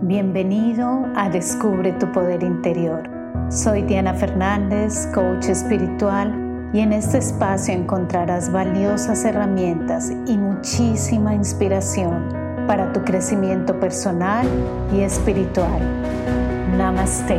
Bienvenido a Descubre tu Poder Interior. Soy Diana Fernández, coach espiritual, y en este espacio encontrarás valiosas herramientas y muchísima inspiración para tu crecimiento personal y espiritual. Namaste.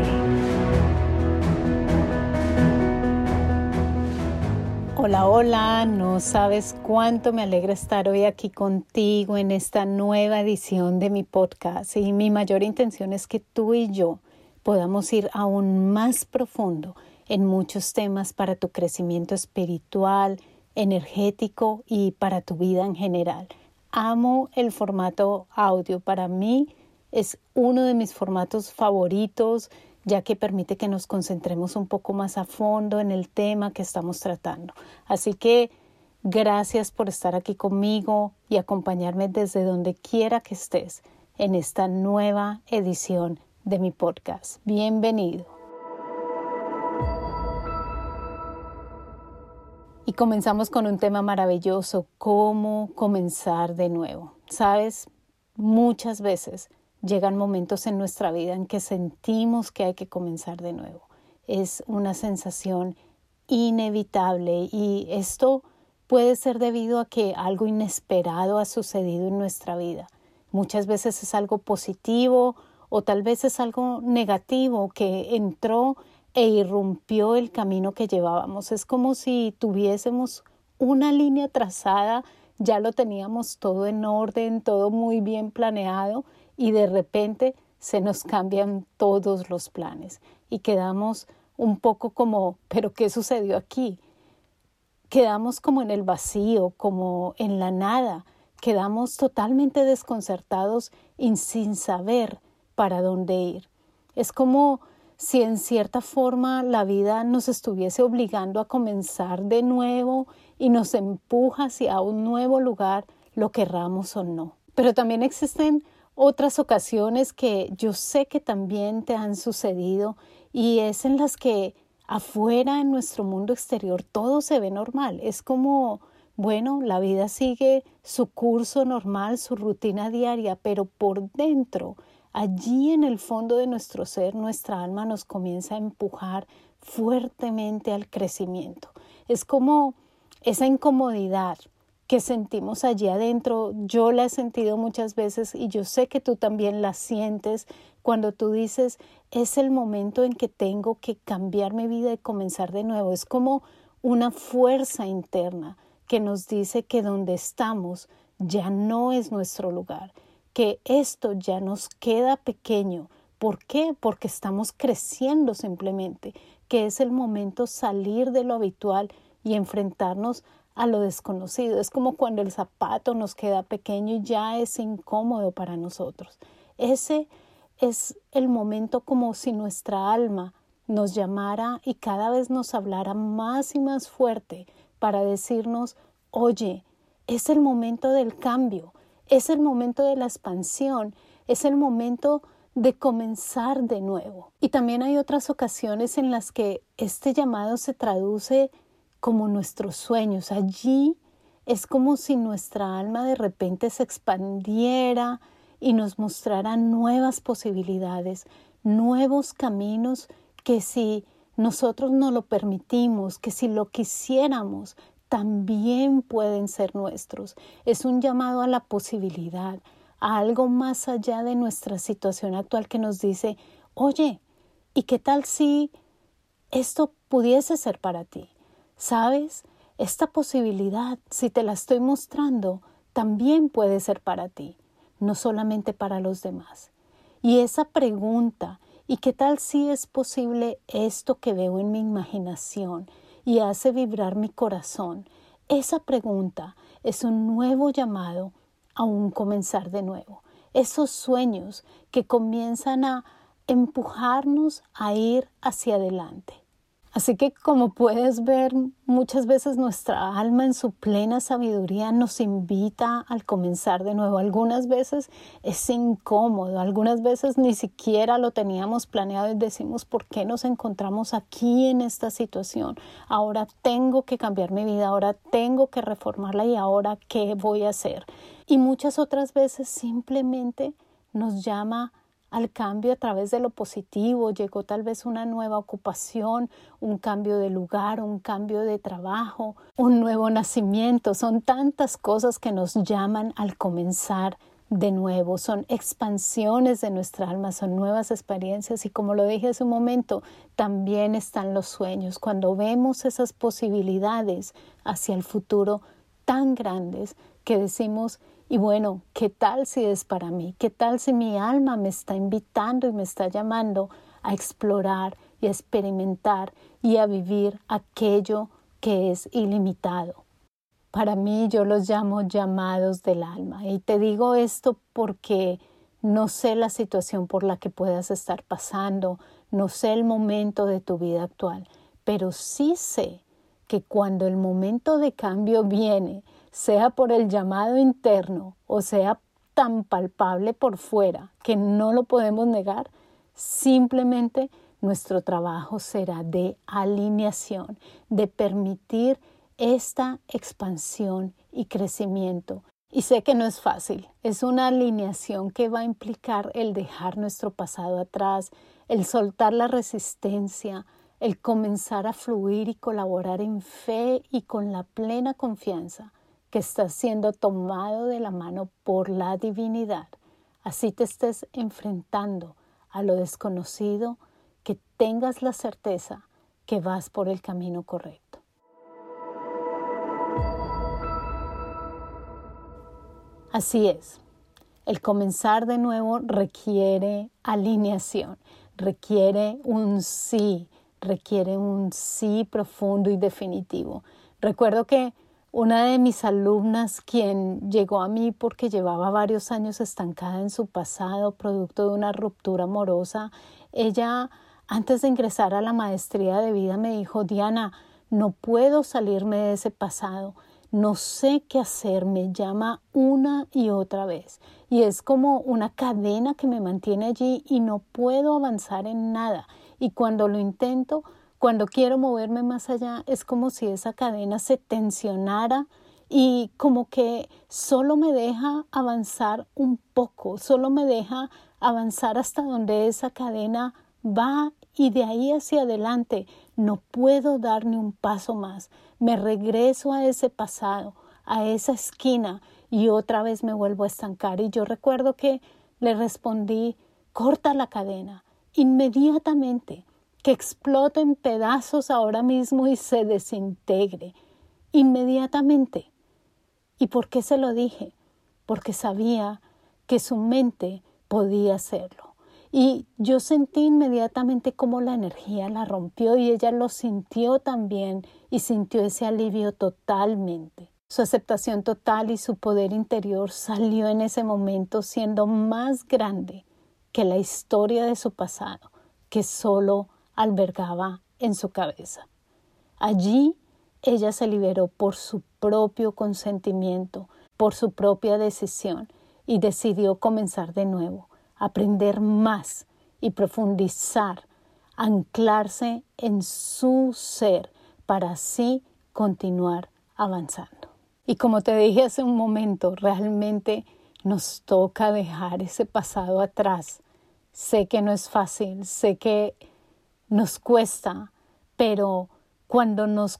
Hola, hola, no sabes cuánto me alegra estar hoy aquí contigo en esta nueva edición de mi podcast, y mi mayor intención es que tú y yo podamos ir aún más profundo en muchos temas para tu crecimiento espiritual, energético y para tu vida en general. Amo el formato audio, para mí es uno de mis formatos favoritos, ya que permite que nos concentremos un poco más a fondo en el tema que estamos tratando. Así que gracias por estar aquí conmigo y acompañarme desde donde quiera que estés en esta nueva edición de mi podcast. Bienvenido. Y comenzamos con un tema maravilloso: cómo comenzar de nuevo. ¿Sabes? Muchas veces llegan momentos en nuestra vida en que sentimos que hay que comenzar de nuevo. Es una sensación inevitable, y esto puede ser debido a que algo inesperado ha sucedido en nuestra vida. Muchas veces es algo positivo o tal vez es algo negativo que entró e irrumpió el camino que llevábamos. Es como si tuviésemos una línea trazada, ya lo teníamos todo en orden, todo muy bien planeado, y de repente se nos cambian todos los planes y quedamos un poco como, ¿pero qué sucedió aquí? Quedamos como en el vacío, como en la nada, quedamos totalmente desconcertados y sin saber para dónde ir. Es como si en cierta forma la vida nos estuviese obligando a comenzar de nuevo y nos empuja hacia un nuevo lugar, lo querramos o no. Pero también existen otras ocasiones que yo sé que también te han sucedido, y es en las que afuera, en nuestro mundo exterior, todo se ve normal. Es como, bueno, la vida sigue su curso normal, su rutina diaria, pero por dentro, allí en el fondo de nuestro ser, nuestra alma nos comienza a empujar fuertemente al crecimiento. Es como esa incomodidad que sentimos allí adentro. Yo la he sentido muchas veces y yo sé que tú también la sientes cuando tú dices, es el momento en que tengo que cambiar mi vida y comenzar de nuevo. Es como una fuerza interna que nos dice que donde estamos ya no es nuestro lugar, que esto ya nos queda pequeño. ¿Por qué? Porque estamos creciendo simplemente, que es el momento salir de lo habitual y enfrentarnos a lo desconocido. Es como cuando el zapato nos queda pequeño y ya es incómodo para nosotros. Ese es el momento, como si nuestra alma nos llamara y cada vez nos hablara más y más fuerte para decirnos, oye, es el momento del cambio, es el momento de la expansión, es el momento de comenzar de nuevo. Y también hay otras ocasiones en las que este llamado se traduce como nuestros sueños. Allí es como si nuestra alma de repente se expandiera y nos mostrara nuevas posibilidades, nuevos caminos que, si nosotros nos lo permitimos, que si lo quisiéramos, también pueden ser nuestros. Es un llamado a la posibilidad, a algo más allá de nuestra situación actual, que nos dice, oye, ¿y qué tal si esto pudiese ser para ti? ¿Sabes? Esta posibilidad, si te la estoy mostrando, también puede ser para ti, no solamente para los demás. Y esa pregunta, ¿y qué tal si es posible esto que veo en mi imaginación y hace vibrar mi corazón? Esa pregunta es un nuevo llamado a un comenzar de nuevo. Esos sueños que comienzan a empujarnos a ir hacia adelante. Así que, como puedes ver, muchas veces nuestra alma en su plena sabiduría nos invita al comenzar de nuevo. Algunas veces es incómodo, algunas veces ni siquiera lo teníamos planeado y decimos, ¿por qué nos encontramos aquí en esta situación? Ahora tengo que cambiar mi vida, ahora tengo que reformarla, y ahora ¿qué voy a hacer? Y muchas otras veces simplemente nos llama al cambio a través de lo positivo. Llegó tal vez una nueva ocupación, un cambio de lugar, un cambio de trabajo, un nuevo nacimiento. Son tantas cosas que nos llaman al comenzar de nuevo. Son expansiones de nuestra alma, son nuevas experiencias y como lo dije hace un momento, también están los sueños. Cuando vemos esas posibilidades hacia el futuro tan grandes que decimos, y bueno, ¿qué tal si es para mí? ¿Qué tal si mi alma me está invitando y me está llamando a explorar y a experimentar y a vivir aquello que es ilimitado? Para mí yo los llamo llamados del alma. Y te digo esto porque no sé la situación por la que puedas estar pasando, no sé el momento de tu vida actual, pero sí sé que cuando el momento de cambio viene, sea por el llamado interno o sea tan palpable por fuera que no lo podemos negar, simplemente nuestro trabajo será de alineación, de permitir esta expansión y crecimiento. Y sé que no es fácil, es una alineación que va a implicar el dejar nuestro pasado atrás, el soltar la resistencia, el comenzar a fluir y colaborar en fe y con la plena confianza que estás siendo tomado de la mano por la divinidad. Así te estés enfrentando a lo desconocido, que tengas la certeza que vas por el camino correcto. Así es, el comenzar de nuevo requiere alineación, requiere un sí profundo y definitivo. Recuerdo que una de mis alumnas, quien llegó a mí porque llevaba varios años estancada en su pasado, producto de una ruptura amorosa, ella antes de ingresar a la maestría de vida me dijo, Diana, no puedo salirme de ese pasado. No sé qué hacer, me llama una y otra vez y es como una cadena que me mantiene allí y no puedo avanzar en nada. Y cuando lo intento, cuando quiero moverme más allá, es como si esa cadena se tensionara y como que solo me deja avanzar un poco, solo me deja avanzar hasta donde esa cadena va y de ahí hacia adelante no puedo dar ni un paso más. Me regreso a ese pasado, a esa esquina y otra vez me vuelvo a estancar. Y yo recuerdo que le respondí, corta la cadena, inmediatamente, que explote en pedazos ahora mismo y se desintegre, inmediatamente. ¿Y por qué se lo dije? Porque sabía que su mente podía hacerlo. Y yo sentí inmediatamente cómo la energía la rompió y ella lo sintió también y sintió ese alivio totalmente. Su aceptación total y su poder interior salió en ese momento siendo más grande que la historia de su pasado, que solo albergaba en su cabeza. Allí ella se liberó por su propio consentimiento, por su propia decisión y decidió comenzar de nuevo, aprender más y profundizar, anclarse en su ser para así continuar avanzando. Y como te dije hace un momento, realmente nos toca dejar ese pasado atrás. Sé que no es fácil, sé que nos cuesta, pero cuando nos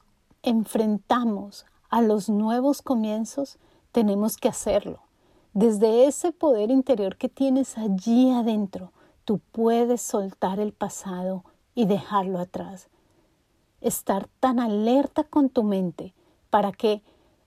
enfrentamos a los nuevos comienzos, tenemos que hacerlo. Desde ese poder interior que tienes allí adentro, tú puedes soltar el pasado y dejarlo atrás. Estar tan alerta con tu mente para que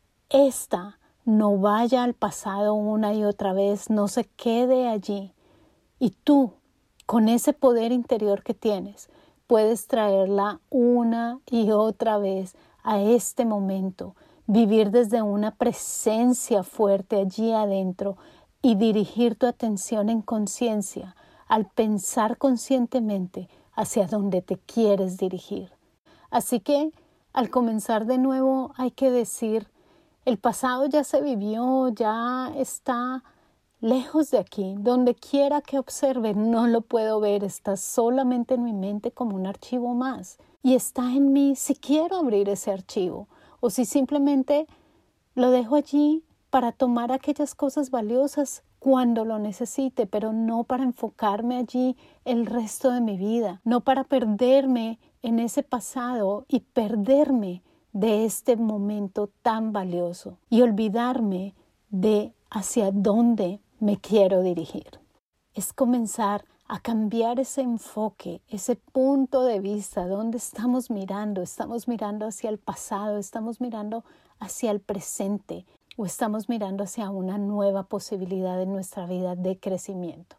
ésta no vaya al pasado una y otra vez, no se quede allí. Y tú, con ese poder interior que tienes, puedes traerla una y otra vez a este momento, vivir desde una presencia fuerte allí adentro y dirigir tu atención en conciencia al pensar conscientemente hacia dónde te quieres dirigir. Así que al comenzar de nuevo hay que decir, el pasado ya se vivió, ya está lejos de aquí, donde quiera que observe no lo puedo ver, está solamente en mi mente como un archivo más y está en mí si quiero abrir ese archivo o si simplemente lo dejo allí para tomar aquellas cosas valiosas cuando lo necesite, pero no para enfocarme allí el resto de mi vida, no para perderme en ese pasado y perderme de este momento tan valioso y olvidarme de hacia dónde me quiero dirigir. Es comenzar a cambiar ese enfoque, ese punto de vista, donde estamos mirando hacia el pasado, estamos mirando hacia el presente o estamos mirando hacia una nueva posibilidad en nuestra vida de crecimiento.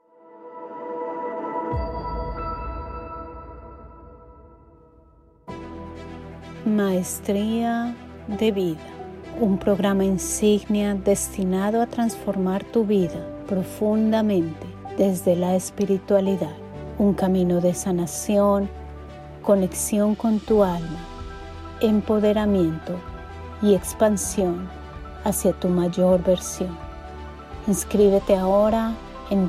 Maestría de Vida, un programa insignia destinado a transformar tu vida profundamente desde la espiritualidad, un camino de sanación, conexión con tu alma, empoderamiento y expansión hacia tu mayor versión. Inscríbete ahora en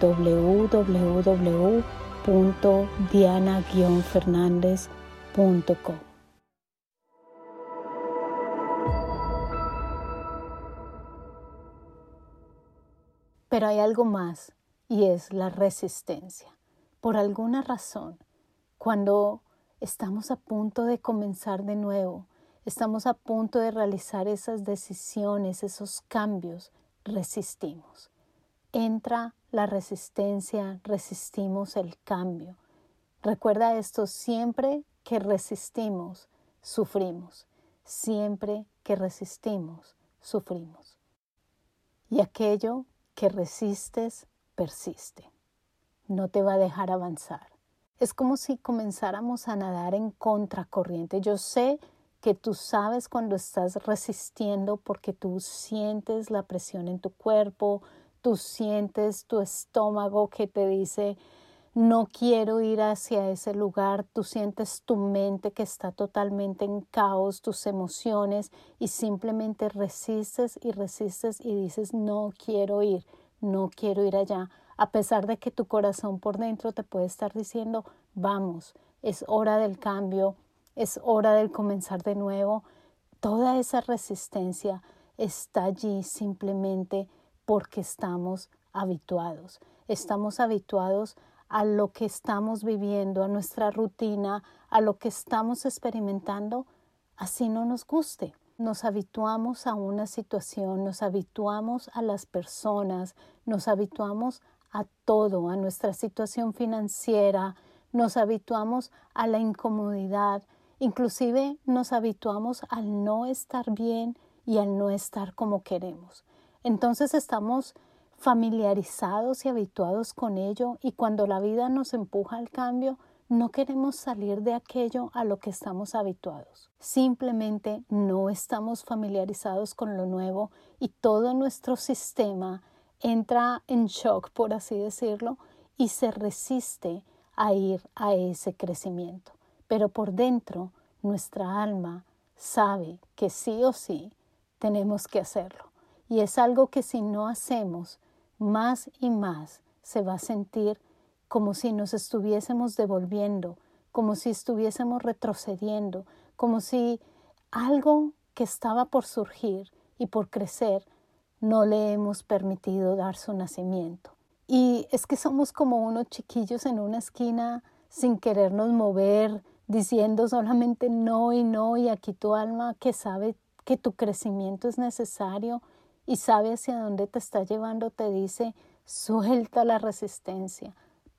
www.diana-fernandez.com. Pero hay algo más, y es la resistencia. Por alguna razón, cuando estamos a punto de comenzar de nuevo, estamos a punto de realizar esas decisiones, esos cambios, resistimos. Entra la resistencia, resistimos el cambio. Recuerda esto, siempre que resistimos, sufrimos. Siempre que resistimos, sufrimos. Y aquello que resistes, persiste. No te va a dejar avanzar. Es como si comenzáramos a nadar en contracorriente. Yo sé que tú sabes cuando estás resistiendo porque tú sientes la presión en tu cuerpo, tú sientes tu estómago que te dice no quiero ir hacia ese lugar, tú sientes tu mente que está totalmente en caos, tus emociones y simplemente resistes y dices no quiero ir allá, a pesar de que tu corazón por dentro te puede estar diciendo vamos, es hora del cambio, es hora del comenzar de nuevo. Toda esa resistencia está allí simplemente porque estamos habituados a lo que estamos viviendo, a nuestra rutina, a lo que estamos experimentando, así no nos guste. Nos habituamos a una situación, nos habituamos a las personas, nos habituamos a todo, a nuestra situación financiera, nos habituamos a la incomodidad, inclusive nos habituamos al no estar bien y al no estar como queremos. Entonces estamos familiarizados y habituados con ello y cuando la vida nos empuja al cambio, no queremos salir de aquello a lo que estamos habituados. Simplemente no estamos familiarizados con lo nuevo y todo nuestro sistema entra en shock, por así decirlo, y se resiste a ir a ese crecimiento. Pero por dentro, nuestra alma sabe que sí o sí tenemos que hacerlo. Y es algo que si no hacemos, más y más se va a sentir como si nos estuviésemos devolviendo, como si estuviésemos retrocediendo, como si algo que estaba por surgir y por crecer no le hemos permitido dar su nacimiento. Y es que somos como unos chiquillos en una esquina sin querernos mover, diciendo solamente no, y aquí tu alma que sabe que tu crecimiento es necesario y sabe hacia dónde te está llevando, te dice, suelta la resistencia,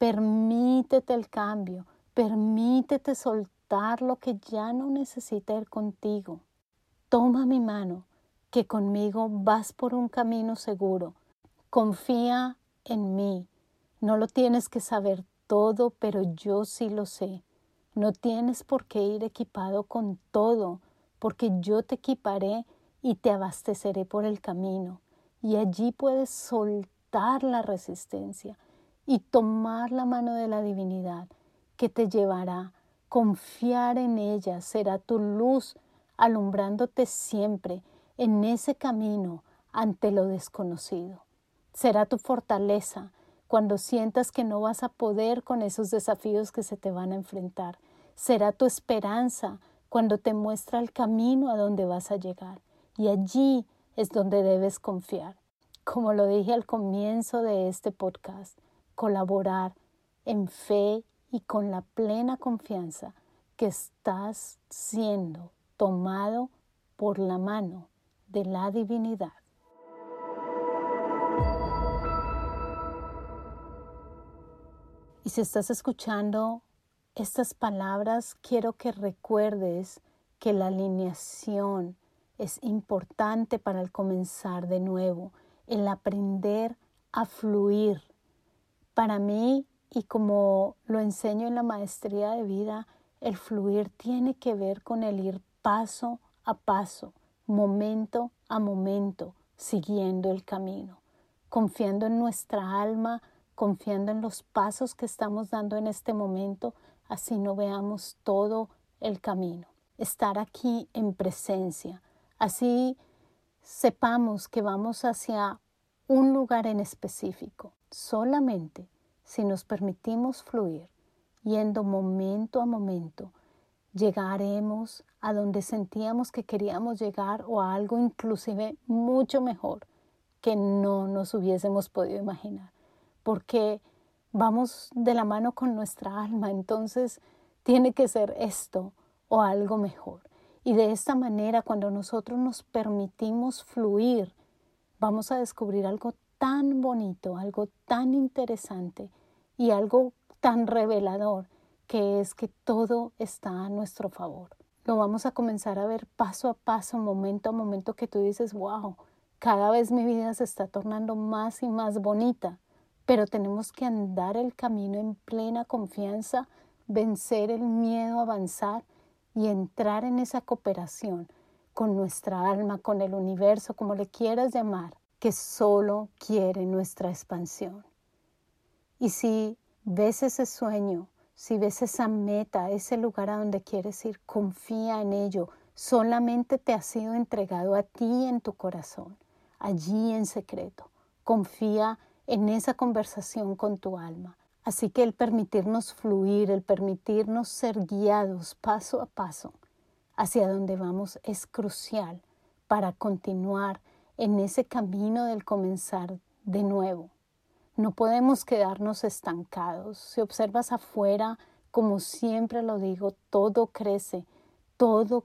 permítete el cambio, permítete soltar lo que ya no necesita ir contigo. Toma mi mano, que conmigo vas por un camino seguro. Confía en mí. No lo tienes que saber todo, pero yo sí lo sé. No tienes por qué ir equipado con todo, porque yo te equiparé y te abasteceré por el camino. Y allí puedes soltar la resistencia y tomar la mano de la divinidad que te llevará. Confiar en ella será tu luz alumbrándote siempre en ese camino ante lo desconocido. Será tu fortaleza cuando sientas que no vas a poder con esos desafíos que se te van a enfrentar. Será tu esperanza cuando te muestra el camino a donde vas a llegar. Y allí es donde debes confiar. como lo dije al comienzo de este podcast, colaborar en fe y con la plena confianza que estás siendo tomado por la mano de la divinidad. Y si estás escuchando estas palabras, quiero que recuerdes que la alineación es importante para el comenzar de nuevo, el aprender a fluir. Para mí, y como lo enseño en la maestría de vida, el fluir tiene que ver con el ir paso a paso, momento a momento, siguiendo el camino, confiando en nuestra alma, confiando en los pasos que estamos dando en este momento, así no veamos todo el camino. Estar aquí en presencia, así sepamos que vamos hacia un lugar en específico. Solamente si nos permitimos fluir, yendo momento a momento, llegaremos a donde sentíamos que queríamos llegar o a algo inclusive mucho mejor que no nos hubiésemos podido imaginar. Porque vamos de la mano con nuestra alma, entonces tiene que ser esto o algo mejor. Y de esta manera, cuando nosotros nos permitimos fluir, vamos a descubrir algo tan bonito, algo tan interesante y algo tan revelador, que es que todo está a nuestro favor. Lo vamos a comenzar a ver paso a paso, momento a momento, que tú dices, wow, cada vez mi vida se está tornando más y más bonita. Pero tenemos que andar el camino en plena confianza, vencer el miedo a avanzar y entrar en esa cooperación con nuestra alma, con el universo, como le quieras llamar, que solo quiere nuestra expansión. Y si ves ese sueño, si ves esa meta, ese lugar a donde quieres ir, confía en ello. Solamente te ha sido entregado a ti en tu corazón, allí en secreto. Confía en esa conversación con tu alma. Así que el permitirnos fluir, el permitirnos ser guiados paso a paso hacia donde vamos es crucial para continuar en ese camino del comenzar de nuevo. No podemos quedarnos estancados. Si observas afuera, como siempre lo digo, todo crece, todo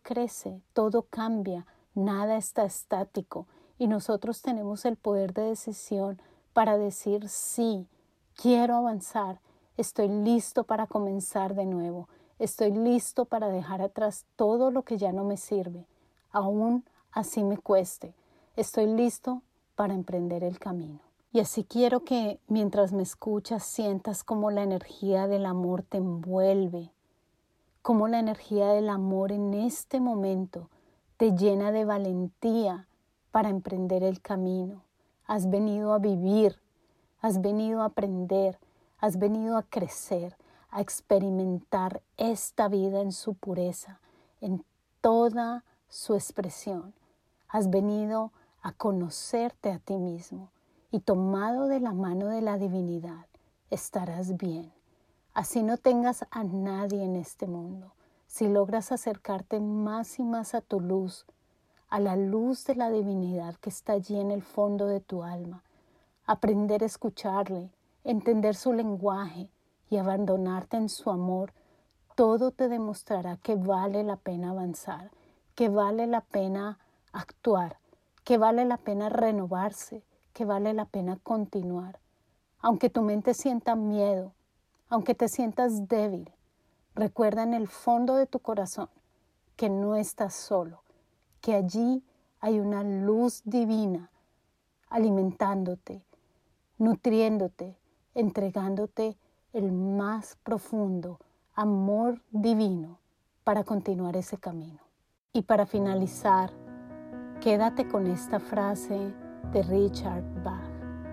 cambia, nada está estático y nosotros tenemos el poder de decisión para decir sí, quiero avanzar, estoy listo para comenzar de nuevo, estoy listo para dejar atrás todo lo que ya no me sirve, aún así me cueste, estoy listo para emprender el camino. Y así quiero que mientras me escuchas sientas cómo la energía del amor te envuelve, cómo la energía del amor en este momento te llena de valentía para emprender el camino. Has venido a vivir, has venido a aprender, has venido a crecer, a experimentar esta vida en su pureza, en toda su expresión. Has venido a conocerte a ti mismo y tomado de la mano de la divinidad estarás bien. Así no tengas a nadie en este mundo, si logras acercarte más y más a tu luz, a la luz de la divinidad que está allí en el fondo de tu alma, aprender a escucharle, entender su lenguaje y abandonarte en su amor, todo te demostrará que vale la pena avanzar, que vale la pena actuar, que vale la pena renovarse, que vale la pena continuar. Aunque tu mente sienta miedo, aunque te sientas débil, recuerda en el fondo de tu corazón que no estás solo, que allí hay una luz divina alimentándote, nutriéndote, entregándote el más profundo amor divino para continuar ese camino. Y para finalizar, quédate con esta frase de Richard Bach.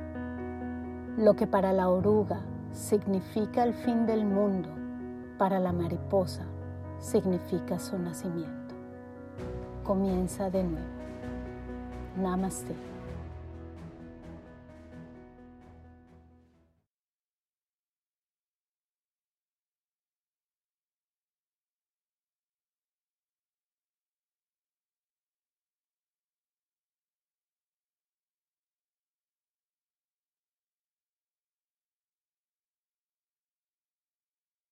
Lo que para la oruga significa el fin del mundo, para la mariposa significa su nacimiento. Comienza de nuevo. Namaste.